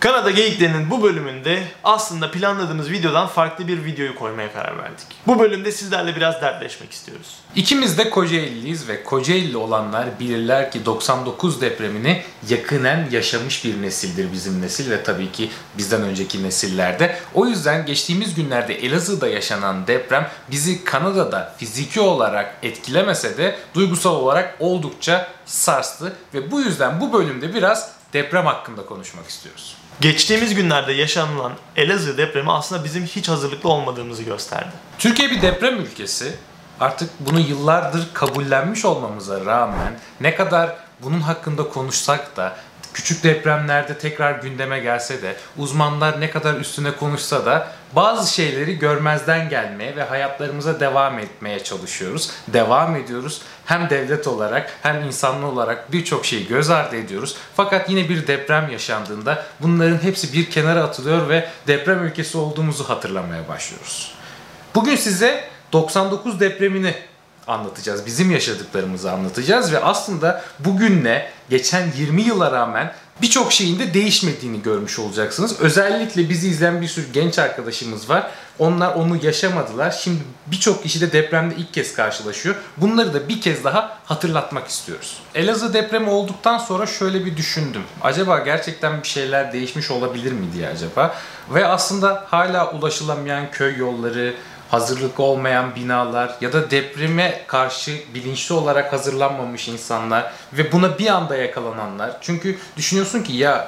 Kanada Geyiklerinin bu bölümünde aslında planladığımız videodan farklı bir videoyu koymaya karar verdik. Bu bölümde sizlerle biraz dertleşmek istiyoruz. İkimiz de Kocaeli'liyiz ve Kocaeli olanlar bilirler ki 99 depremini yakinen yaşamış bir nesildir bizim nesil ve tabii ki bizden önceki nesillerde. O yüzden geçtiğimiz günlerde Elazığ'da yaşanan deprem bizi Kanada'da fiziki olarak etkilemese de duygusal olarak oldukça sarstı ve bu yüzden bu bölümde biraz deprem hakkında konuşmak istiyoruz. Geçtiğimiz günlerde yaşanılan Elazığ depremi aslında bizim hiç hazırlıklı olmadığımızı gösterdi. Türkiye bir deprem ülkesi. Artık bunu yıllardır kabullenmiş olmamıza rağmen ne kadar bunun hakkında konuşsak da küçük depremlerde tekrar gündeme gelse de uzmanlar ne kadar üstüne konuşsa da bazı şeyleri görmezden gelmeye ve hayatlarımıza devam etmeye çalışıyoruz. Devam ediyoruz. Hem devlet olarak hem insanlı olarak birçok şeyi göz ardı ediyoruz. Fakat yine bir deprem yaşandığında bunların hepsi bir kenara atılıyor ve deprem ülkesi olduğumuzu hatırlamaya başlıyoruz. Bugün size 99 depremini anlatacağız. Bizim yaşadıklarımızı anlatacağız ve aslında bugünle geçen 20 yıla rağmen birçok şeyin de değişmediğini görmüş olacaksınız. Özellikle bizi izleyen bir sürü genç arkadaşımız var. Onlar onu yaşamadılar. Şimdi birçok kişi de depremde ilk kez karşılaşıyor. Bunları da bir kez daha hatırlatmak istiyoruz. Elazığ depremi olduktan sonra şöyle bir düşündüm. Acaba gerçekten bir şeyler değişmiş olabilir mi diye acaba? Ve aslında hala ulaşılamayan köy yolları, hazırlıklı olmayan binalar ya da depreme karşı bilinçli olarak hazırlanmamış insanlar ve buna bir anda yakalananlar. Çünkü düşünüyorsun ki ya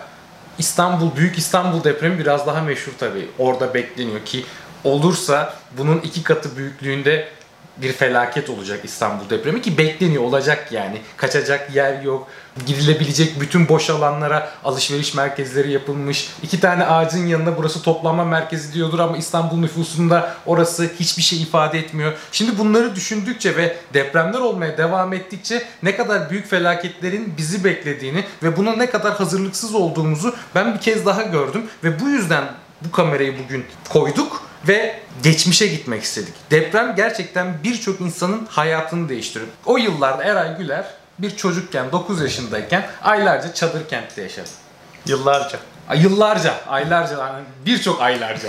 Büyük İstanbul depremi biraz daha meşhur tabii. Orada bekleniyor ki olursa bunun 2 katı büyüklüğünde bir felaket olacak İstanbul depremi ki bekleniyor, olacak yani. Kaçacak yer yok. Gidilebilecek bütün boş alanlara alışveriş merkezleri yapılmış. 2 tane ağacın yanına burası toplanma merkezi diyordur ama İstanbul nüfusunda orası hiçbir şey ifade etmiyor. Şimdi bunları düşündükçe ve depremler olmaya devam ettikçe ne kadar büyük felaketlerin bizi beklediğini ve buna ne kadar hazırlıksız olduğumuzu ben bir kez daha gördüm ve bu yüzden bu kamerayı bugün koyduk ve geçmişe gitmek istedik. Deprem gerçekten birçok insanın hayatını değiştiriyor. O yıllarda Eray Güler bir çocukken, 9 yaşındayken aylarca çadır kentte yaşadı. Yıllarca. Aylarca, yani birçok aylarca.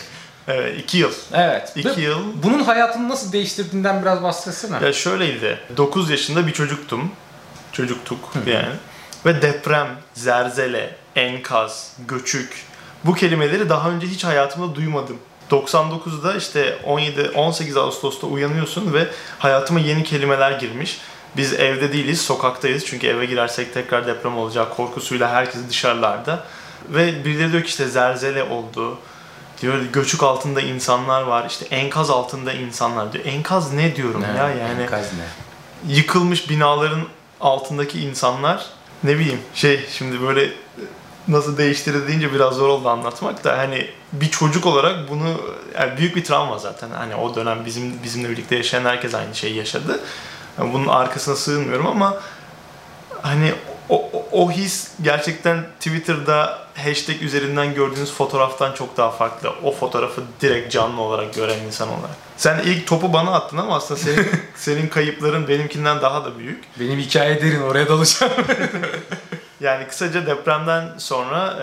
Evet, 2 yıl. Evet. 2 yıl. Bunun hayatını nasıl değiştirdiğinden biraz bahsetsene. Ya şöyleydi. 9 yaşında bir çocuktuk yani. Ve deprem, zelzele, enkaz, göçük bu kelimeleri daha önce hiç hayatımda duymadım. 99'da işte 18 Ağustos'ta uyanıyorsun ve hayatıma yeni kelimeler girmiş. Biz evde değiliz, sokaktayız. Çünkü eve girersek tekrar deprem olacak korkusuyla herkes dışarılarda. Ve birileri diyor ki işte zelzele oldu. Diyor göçük altında insanlar var. İşte enkaz altında insanlar diyor. Enkaz ne diyorum ya yani. Enkaz ne? Yıkılmış binaların altındaki insanlar, ne bileyim şimdi böyle nasıl değiştirir deyince biraz zor oldu anlatmak da hani bir çocuk olarak bunu yani büyük bir travma zaten. Hani o dönem bizimle birlikte yaşayan herkes aynı şeyi yaşadı. Yani bunun arkasına sığınmıyorum ama hani o his gerçekten Twitter'da hashtag üzerinden gördüğünüz fotoğraftan çok daha farklı. O fotoğrafı direkt canlı olarak gören insan olarak. Sen ilk topu bana attın ama aslında senin kayıpların benimkinden daha da büyük. Benim hikaye derin, oraya dalacağım. Yani kısaca depremden sonra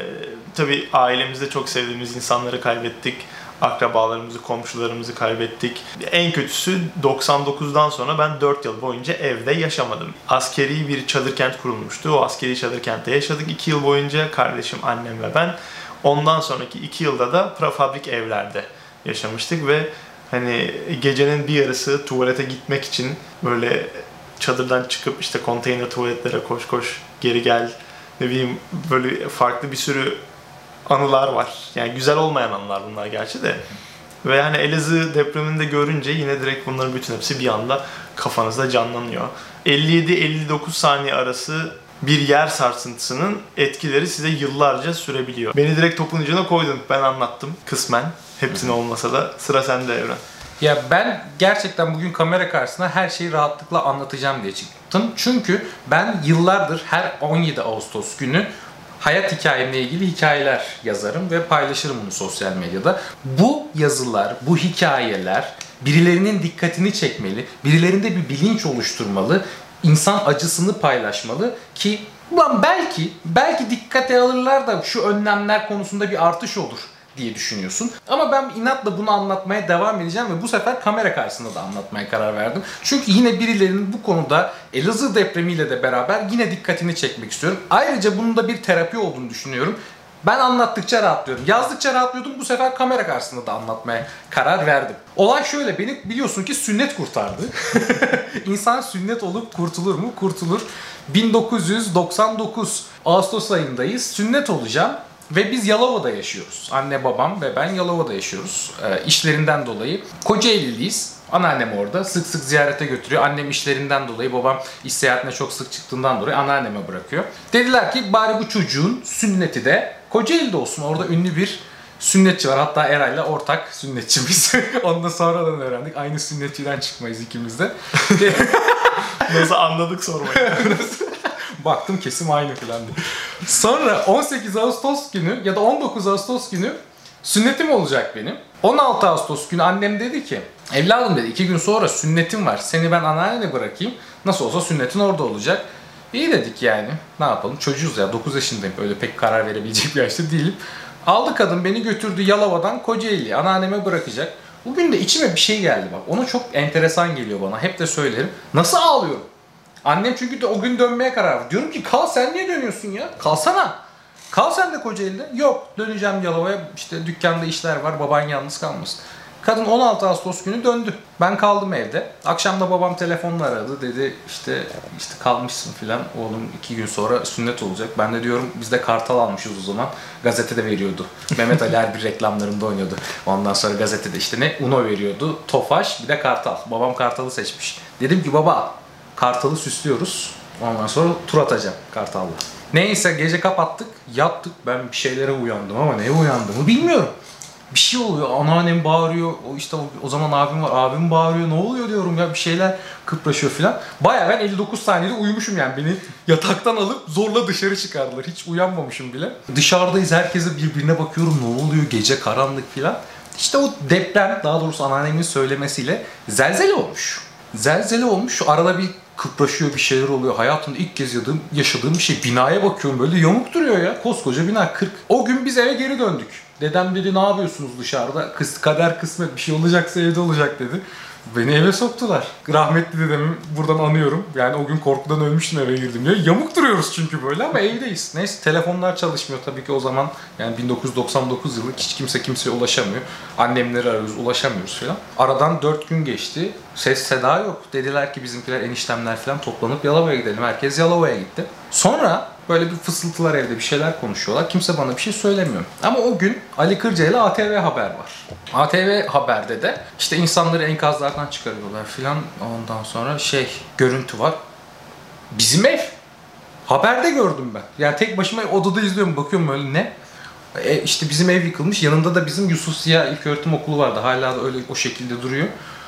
tabii ailemizde çok sevdiğimiz insanları kaybettik. Akrabalarımızı, komşularımızı kaybettik. En kötüsü 99'dan sonra ben 4 yıl boyunca evde yaşamadım. Askeri bir çadır kent kurulmuştu. O askeri çadır kentte yaşadık 2 yıl boyunca. Kardeşim, annem ve ben. Ondan sonraki 2 yılda da prefabrik evlerde yaşamıştık ve hani gecenin bir yarısı tuvalete gitmek için böyle çadırdan çıkıp işte konteyner tuvaletlere koş geri gel, ne bileyim böyle farklı bir sürü anılar var. Yani güzel olmayan anılar bunlar gerçi de. Ve hani Elazığ depremini de görünce yine direkt bunların bütün hepsi bir anda kafanızda canlanıyor. 57-59 saniye arası bir yer sarsıntısının etkileri size yıllarca sürebiliyor. Beni direkt topun ucuna koydun. Ben anlattım kısmen. Hepsini olmasa da sıra sende Evren. Ya ben gerçekten bugün kamera karşısına her şeyi rahatlıkla anlatacağım diye çıktım. Çünkü ben yıllardır her 17 Ağustos günü hayat hikayemle ilgili hikayeler yazarım ve paylaşırım bunu sosyal medyada. Bu yazılar, bu hikayeler birilerinin dikkatini çekmeli, birilerinde bir bilinç oluşturmalı, insan acısını paylaşmalı ki Ulan belki dikkate alırlar da şu önlemler konusunda bir artış olur diye düşünüyorsun. Ama ben inatla bunu anlatmaya devam edeceğim ve bu sefer kamera karşısında da anlatmaya karar verdim. Çünkü yine birilerinin bu konuda Elazığ depremiyle de beraber yine dikkatini çekmek istiyorum. Ayrıca bunun da bir terapi olduğunu düşünüyorum. Ben anlattıkça rahatlıyorum. Yazdıkça rahatlıyordum. Bu sefer kamera karşısında da anlatmaya karar verdim. Olay şöyle. Beni biliyorsun ki sünnet kurtardı. İnsan sünnet olup kurtulur mu? Kurtulur. 1999 Ağustos ayındayız. Sünnet olacağım. Ve biz Yalova'da yaşıyoruz. Anne, babam ve ben Yalova'da yaşıyoruz. İşlerinden dolayı. Kocaeli'liyiz. Anneannem orada. Sık sık ziyarete götürüyor. Annem işlerinden dolayı, babam iş seyahatine çok sık çıktığından dolayı anneanneme bırakıyor. Dediler ki bari bu çocuğun sünneti de Kocaeli'de olsun. Orada ünlü bir sünnetçi var. Hatta Eray'la ortak sünnetçimiz. Onu da sonradan öğrendik. Aynı sünnetçiden çıkmayız ikimiz de. Nasıl anladık sormayı. Baktım kesim aynı falan diye. Sonra 18 Ağustos günü ya da 19 Ağustos günü sünnetim olacak benim. 16 Ağustos günü annem dedi ki evladım dedi 2 gün sonra sünnetim var. Seni ben anneannene bırakayım. Nasıl olsa sünnetin orada olacak. İyi dedik yani. Ne yapalım? Çocuğuz ya. 9 yaşındayım. Öyle pek karar verebilecek bir yaşta değilim. Aldı kadın beni götürdü Yalova'dan Kocaeli'ye. Anneanneme bırakacak. Bugün de içime bir şey geldi bak. Onu çok enteresan geliyor bana. Hep de söylerim. Nasıl ağlıyorum? Annem çünkü de o gün dönmeye karar verdi. Diyorum ki kal sen niye dönüyorsun ya? Kalsana. Kal sen de Kocaeli'de. Yok döneceğim Yalova'ya. İşte dükkanda işler var. Baban yalnız kalmasın. Kadın 16 Ağustos günü döndü. Ben kaldım evde. Akşam da babam telefonla aradı. Dedi işte kalmışsın filan. Oğlum 2 gün sonra sünnet olacak. Ben de diyorum biz de Kartal almışız o zaman. Gazetede veriyordu. Mehmet Ali Erbil reklamlarında oynuyordu. Ondan sonra gazetede işte ne? Uno veriyordu. Tofaş bir de Kartal. Babam Kartal'ı seçmiş. Dedim ki baba Kartal'ı süslüyoruz. Ondan sonra tur atacağım Kartal'la. Neyse gece kapattık. Yattık. Ben bir şeylere uyandım ama neye uyandığımı bilmiyorum. Bir şey oluyor. Anneannem bağırıyor. O zaman abim var. Abim bağırıyor. Ne oluyor diyorum ya. Bir şeyler kıpraşıyor filan. Bayağı ben 59 saniyede uyumuşum yani. Beni yataktan alıp zorla dışarı çıkardılar. Hiç uyanmamışım bile. Dışarıdayız. Herkese birbirine bakıyorum. Ne oluyor? Gece karanlık filan. İşte o deprem, daha doğrusu anneannemin söylemesiyle zelzele olmuş. Zelzele olmuş. Arada bir kıpraşıyor, bir şeyler oluyor. Hayatımda ilk kez yaşadığım bir şey. Binaya bakıyorum böyle yamuk duruyor ya. Koskoca bina 40. O gün biz eve geri döndük. Dedem dedi ne yapıyorsunuz dışarıda? Kader kısmet bir şey olacaksa evde olacak dedi. Beni eve soktular. Rahmetli dedemi buradan anıyorum. Yani o gün korkudan ölmüştüm eve girdim diye. Yamuk duruyoruz çünkü böyle ama evdeyiz. Neyse telefonlar çalışmıyor tabii ki o zaman. Yani 1999 yılı hiç kimseye ulaşamıyor. Annemleri arıyoruz ulaşamıyoruz falan. Aradan 4 gün geçti. Ses seda yok. Dediler ki bizimkiler eniştemler falan toplanıp Yalova'ya gidelim. Herkes Yalova'ya gitti. Sonra böyle bir fısıltılar evde bir şeyler konuşuyorlar. Kimse bana bir şey söylemiyor. Ama o gün Ali Kırca ile ATV Haber var. ATV Haber'de de işte insanları enkazlardan çıkarıyorlar filan. Ondan sonra görüntü var. Bizim ev. Haberde gördüm ben. Yani tek başıma odada izliyorum. Bakıyorum böyle ne? İşte bizim ev yıkılmış. Yanında da bizim Yusuf Ziya İlköğretim Okulu vardı. Hala da öyle o şekilde duruyor.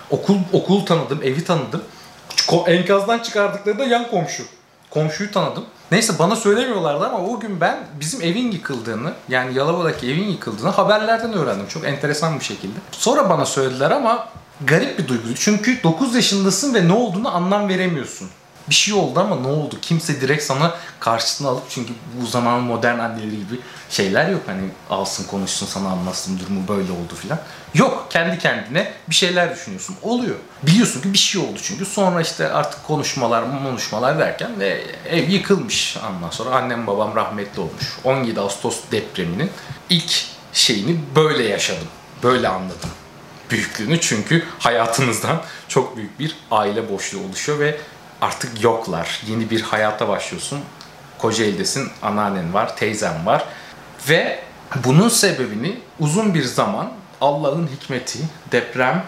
Okul tanıdım, evi tanıdım. Enkazdan çıkardıklarında yan komşu. Komşuyu tanıdım. Neyse bana söylemiyorlardı ama o gün ben bizim evin yıkıldığını, yani Yalova'daki evin yıkıldığını haberlerden öğrendim. Çok enteresan bir şekilde. Sonra bana söylediler ama garip bir duyguydu. Çünkü 9 yaşındasın ve ne olduğunu anlam veremiyorsun. Bir şey oldu ama ne oldu? Kimse direkt sana karşısına alıp çünkü bu zamanın modern anneleri gibi şeyler yok. Hani alsın konuşsun sana anlatsın durumu böyle oldu filan. Yok kendi kendine bir şeyler düşünüyorsun. Oluyor. Biliyorsun ki bir şey oldu çünkü. Sonra işte artık konuşmalar derken ve ev yıkılmış. Ondan sonra annem babam rahmetli olmuş. 17 Ağustos depreminin ilk şeyini böyle yaşadım. Böyle anladım büyüklüğünü çünkü hayatınızdan çok büyük bir aile boşluğu oluşuyor ve artık yoklar. Yeni bir hayata başlıyorsun. Kocaeli'desin, anneannen var, teyzem var. Ve bunun sebebini uzun bir zaman Allah'ın hikmeti, deprem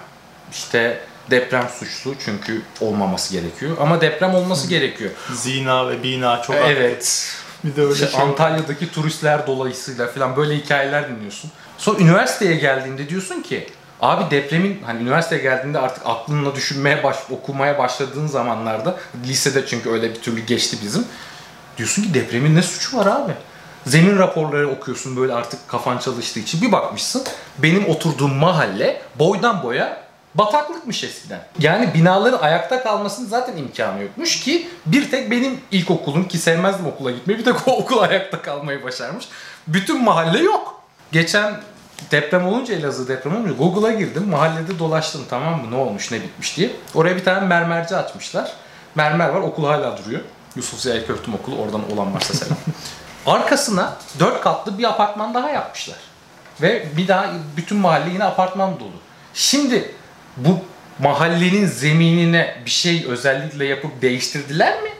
suçlu çünkü olmaması gerekiyor. Ama deprem olması gerekiyor. Zina ve bina çok evet. Bir de öyle Antalya'daki turistler dolayısıyla falan böyle hikayeler dinliyorsun. Sonra üniversiteye geldiğinde diyorsun ki abi depremin hani üniversiteye geldiğinde artık aklınla okumaya başladığın zamanlarda lisede çünkü öyle bir türlü geçti bizim. Diyorsun ki depremin ne suçu var abi? Zemin raporları okuyorsun böyle artık kafan çalıştığı için bir bakmışsın. Benim oturduğum mahalle boydan boya bataklıkmış eskiden. Yani binaların ayakta kalmasının zaten imkanı yokmuş ki bir tek benim ilkokulum, ki sevmezdim okula gitmeyi, bir tek o okul ayakta kalmayı başarmış. Bütün mahalle yok. Geçen deprem olunca, Elazığ deprem olunca Google'a girdim. Mahallede dolaştım, tamam mı, ne olmuş ne bitmiş diye. Oraya bir tane mermerci açmışlar. Mermer var, okul hala duruyor. Yusuf Ziya Köftüm Okulu, oradan olan varsa selam. Arkasına 4 katlı bir apartman daha yapmışlar. Ve bir daha bütün mahalle yine apartman dolu. Şimdi bu mahallenin zeminine bir şey özellikle yapıp değiştirdiler mi?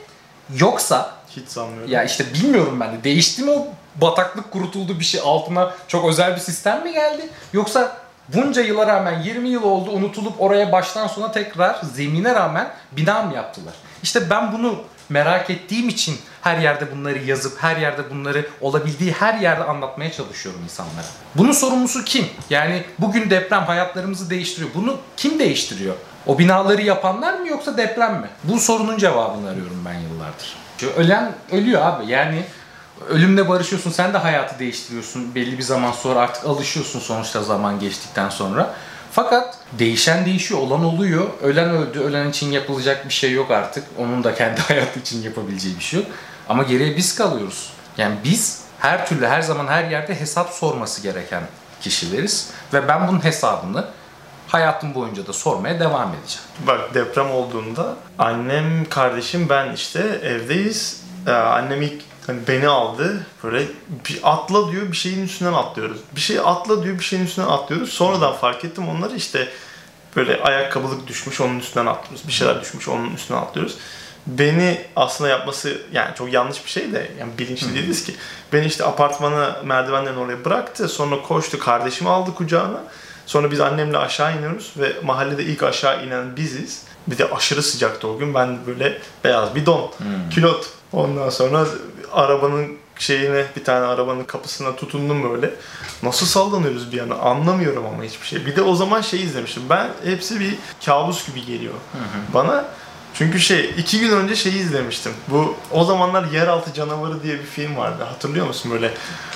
Yoksa Hiç sanmıyorum. ya işte bilmiyorum ben de. Değişti mi o bataklık, kurutuldu bir şey, altına çok özel bir sistem mi geldi? Yoksa bunca yıla rağmen 20 yıl oldu unutulup oraya baştan sona tekrar zemine rağmen bina mı yaptılar? İşte ben bunu merak ettiğim için her yerde bunları yazıp her yerde bunları olabildiği her yerde anlatmaya çalışıyorum insanlara. Bunun sorumlusu kim? Yani bugün deprem hayatlarımızı değiştiriyor. Bunu kim değiştiriyor? O binaları yapanlar mı yoksa deprem mi? Bu sorunun cevabını arıyorum ben yıllardır. Ölen ölüyor abi. Yani ölümle barışıyorsun, sen de hayatı değiştiriyorsun. Belli bir zaman sonra artık alışıyorsun sonuçta, zaman geçtikten sonra. Fakat değişen değişiyor, olan oluyor. Ölen öldü, ölen için yapılacak bir şey yok artık. Onun da kendi hayatı için yapabileceği bir şey yok. Ama geriye biz kalıyoruz. Yani biz her türlü, her zaman, her yerde hesap sorması gereken kişileriz. Ve ben bunun hesabını hayatım boyunca da sormaya devam edeceğim. Bak, deprem olduğunda annem, kardeşim, ben işte evdeyiz. Annem ilk hani beni aldı, böyle bir atla diyor, bir şeyin üstünden atlıyoruz. Bir şey atla diyor, bir şeyin üstünden atlıyoruz. Sonradan fark ettim onları, işte böyle ayakkabılık düşmüş, onun üstünden atlıyoruz. Bir şeyler düşmüş, onun üstünden atlıyoruz. Beni aslında yapması yani çok yanlış bir şey de, yani bilinçli değiliz ki. Beni işte apartmana, merdivenlerin oraya bıraktı. Sonra koştu, kardeşimi aldı kucağına. Sonra biz annemle aşağı iniyoruz ve mahallede ilk aşağı inen biziz. Bir de aşırı sıcaktı o gün. Ben de böyle beyaz bir don, külot. Ondan sonra arabanın bir tane arabanın kapısına tutundum böyle. Nasıl sallanıyoruz bir yana, anlamıyorum ama hiçbir şey. Bir de o zaman izlemiştim. Ben hepsi bir kabus gibi geliyor bana. Çünkü 2 gün önce izlemiştim. Bu o zamanlar Yeraltı Canavarı diye bir film vardı. Hatırlıyor musun böyle?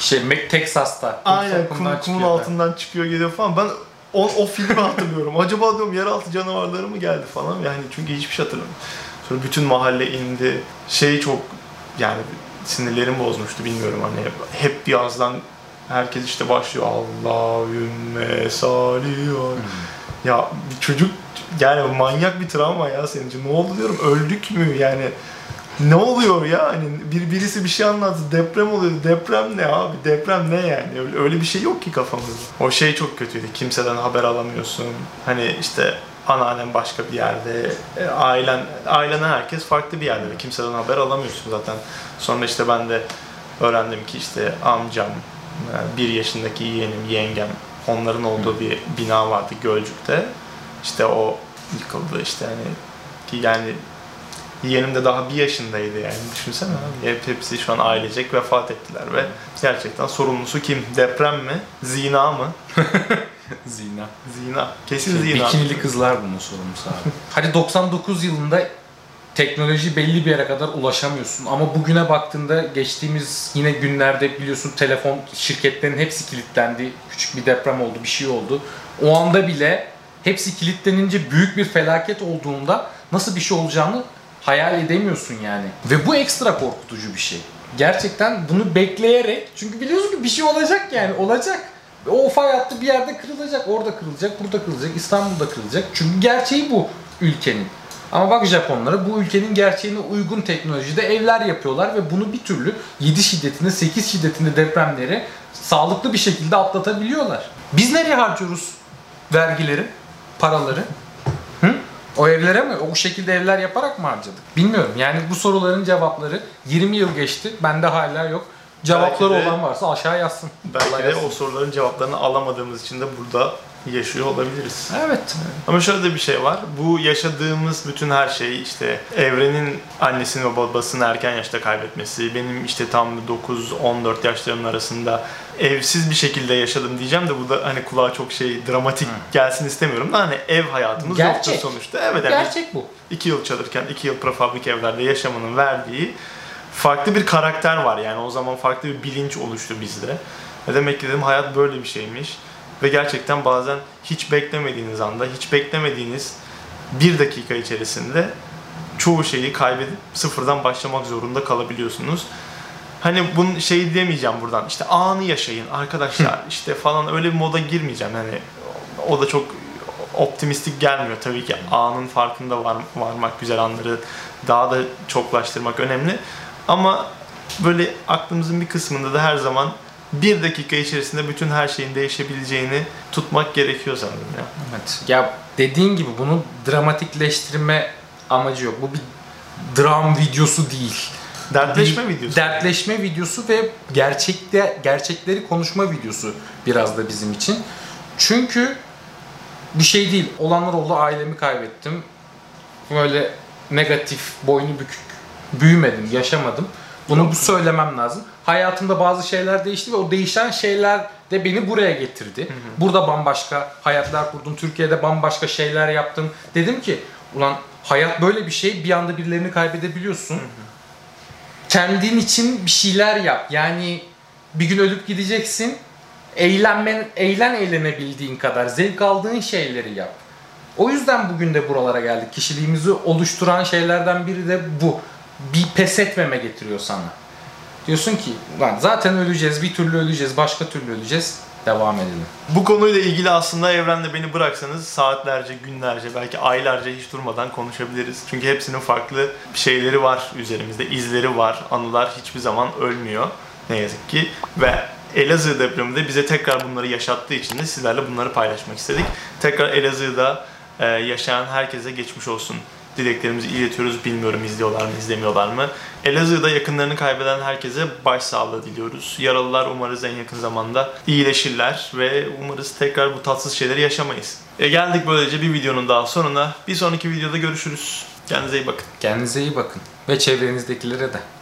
Texas'ta. Aynen, kumun altından çıkıyor geliyor falan. Ben o filmi hatırlıyorum. Acaba diyorum yeraltı canavarları mı geldi falan. Yani çünkü hiçbir şey hatırlamıyorum. Sonra bütün mahalle indi. Çok yani sinirlerim bozmuştu, bilmiyorum hani. Hep bir ağızdan herkes işte başlıyor. Allahümme salli. Ya bir çocuk, yani manyak bir travma ya senin için. Ne oldu diyorum, öldük mü yani? Ne oluyor ya? Hani birisi bir şey anlattı. Deprem oluyor. Deprem ne abi? Deprem ne yani? Öyle bir şey yok ki kafamızda. O çok kötüydü. Kimseden haber alamıyorsun. Hani işte anneannen başka bir yerde, ailen herkes farklı bir yerde ve kimseden haber alamıyorsun zaten. Sonra işte ben de öğrendim ki işte amcam, 1 yaşındaki yeğenim, yengem, onların olduğu bir bina vardı Gölcük'te. İşte o yıkıldı işte, yani yeğenim de daha 1 yaşındaydı yani, düşünsene abi. Hepsi şu an ailecek vefat ettiler ve gerçekten sorumlusu kim? Deprem mi? Zina mı? Zina. Kesin zina. Bikinili kızlar bunun sorumlusu abi. Hadi 99 yılında teknoloji belli bir yere kadar ulaşamıyorsun ama bugüne baktığında geçtiğimiz yine günlerde biliyorsun telefon şirketlerinin hepsi kilitlendi. Küçük bir deprem oldu, bir şey oldu. O anda bile hepsi kilitlenince büyük bir felaket olduğunda nasıl bir şey olacağını hayal edemiyorsun yani. Ve bu ekstra korkutucu bir şey. Gerçekten bunu bekleyerek, çünkü biliyorsun ki bir şey olacak yani, olacak. O fay hattı bir yerde kırılacak, orada kırılacak, burada kırılacak, İstanbul'da kırılacak. Çünkü gerçeği bu ülkenin. Ama bak Japonlara, bu ülkenin gerçeğine uygun teknolojide evler yapıyorlar ve bunu bir türlü 7 şiddetinde, 8 şiddetinde depremleri sağlıklı bir şekilde atlatabiliyorlar. Biz nereye harcıyoruz vergileri, paraları? O evlere mi? O şekilde evler yaparak mı harcadık? Bilmiyorum. Yani bu soruların cevapları 20 yıl geçti. Bende hala yok. Cevapları olan varsa aşağı yazsın. Belki de o soruların cevaplarını alamadığımız için de burada yaşıyor olabiliriz. Evet. Ama şöyle de bir şey var. Bu yaşadığımız bütün her şey, işte evrenin annesini ve babasını erken yaşta kaybetmesi, benim işte tam 9-14 yaşlarımın arasında evsiz bir şekilde yaşadım diyeceğim de bu da hani kulağa çok dramatik gelsin istemiyorum da hani ev hayatımız yoktu sonuçta. Evet, yani gerçek bu. 2 yıl çalırken 2 yıl prefabrik evlerde yaşamanın verdiği farklı bir karakter var yani, o zaman farklı bir bilinç oluştu bizde. Ve demek ki dedim hayat böyle bir şeymiş. Ve gerçekten bazen hiç beklemediğiniz anda, hiç beklemediğiniz bir dakika içerisinde çoğu şeyi kaybedip sıfırdan başlamak zorunda kalabiliyorsunuz. Hani bunun şeyi demeyeceğim buradan, işte anı yaşayın arkadaşlar işte falan, öyle bir moda girmeyeceğim. Hani o da çok optimistik gelmiyor. Tabii ki anın farkında varmak, güzel anları daha da çoklaştırmak önemli. Ama böyle aklımızın bir kısmında da her zaman bir dakika içerisinde bütün her şeyin değişebileceğini tutmak gerekiyor sanırım ya. Evet. Ya dediğin gibi bunu dramatikleştirme amacı yok. Bu bir dram videosu değil. Dertleşme videosu. Dertleşme videosu ve gerçekleri konuşma videosu biraz da bizim için. Çünkü bir şey değil. Olanlar oldu, ailemi kaybettim. Böyle negatif, boynu bükük büyümedim, yaşamadım. Bu söylemem lazım. Hayatımda bazı şeyler değişti ve o değişen şeyler de beni buraya getirdi. Burada bambaşka hayatlar kurdum. Türkiye'de bambaşka şeyler yaptım. Dedim ki ulan hayat böyle bir şey. Bir anda birilerini kaybedebiliyorsun. Kendin için bir şeyler yap. Yani bir gün ölüp gideceksin. Eğlenebildiğin kadar. Zevk aldığın şeyleri yap. O yüzden bugün de buralara geldik. Kişiliğimizi oluşturan şeylerden biri de bu. Bir pes etmeme getiriyor sana. Diyorsun ki lan zaten öleceğiz, bir türlü öleceğiz, başka türlü öleceğiz. Devam edelim. Bu konuyla ilgili aslında evrende beni bıraksanız saatlerce, günlerce, belki aylarca hiç durmadan konuşabiliriz. Çünkü hepsinin farklı şeyleri var üzerimizde, izleri var. Anılar hiçbir zaman ölmüyor ne yazık ki. Ve Elazığ depremi de bize tekrar bunları yaşattığı için de sizlerle bunları paylaşmak istedik. Tekrar Elazığ'da yaşayan herkese geçmiş olsun dileklerimizi iletiyoruz. Bilmiyorum izliyorlar mı, izlemiyorlar mı? Elazığ'da yakınlarını kaybeden herkese başsağlığı diliyoruz. Yaralılar umarız en yakın zamanda iyileşirler ve umarız tekrar bu tatsız şeyleri yaşamayız. Geldik böylece bir videonun daha sonuna. Bir sonraki videoda görüşürüz. Kendinize iyi bakın. Kendinize iyi bakın ve çevrenizdekilere de.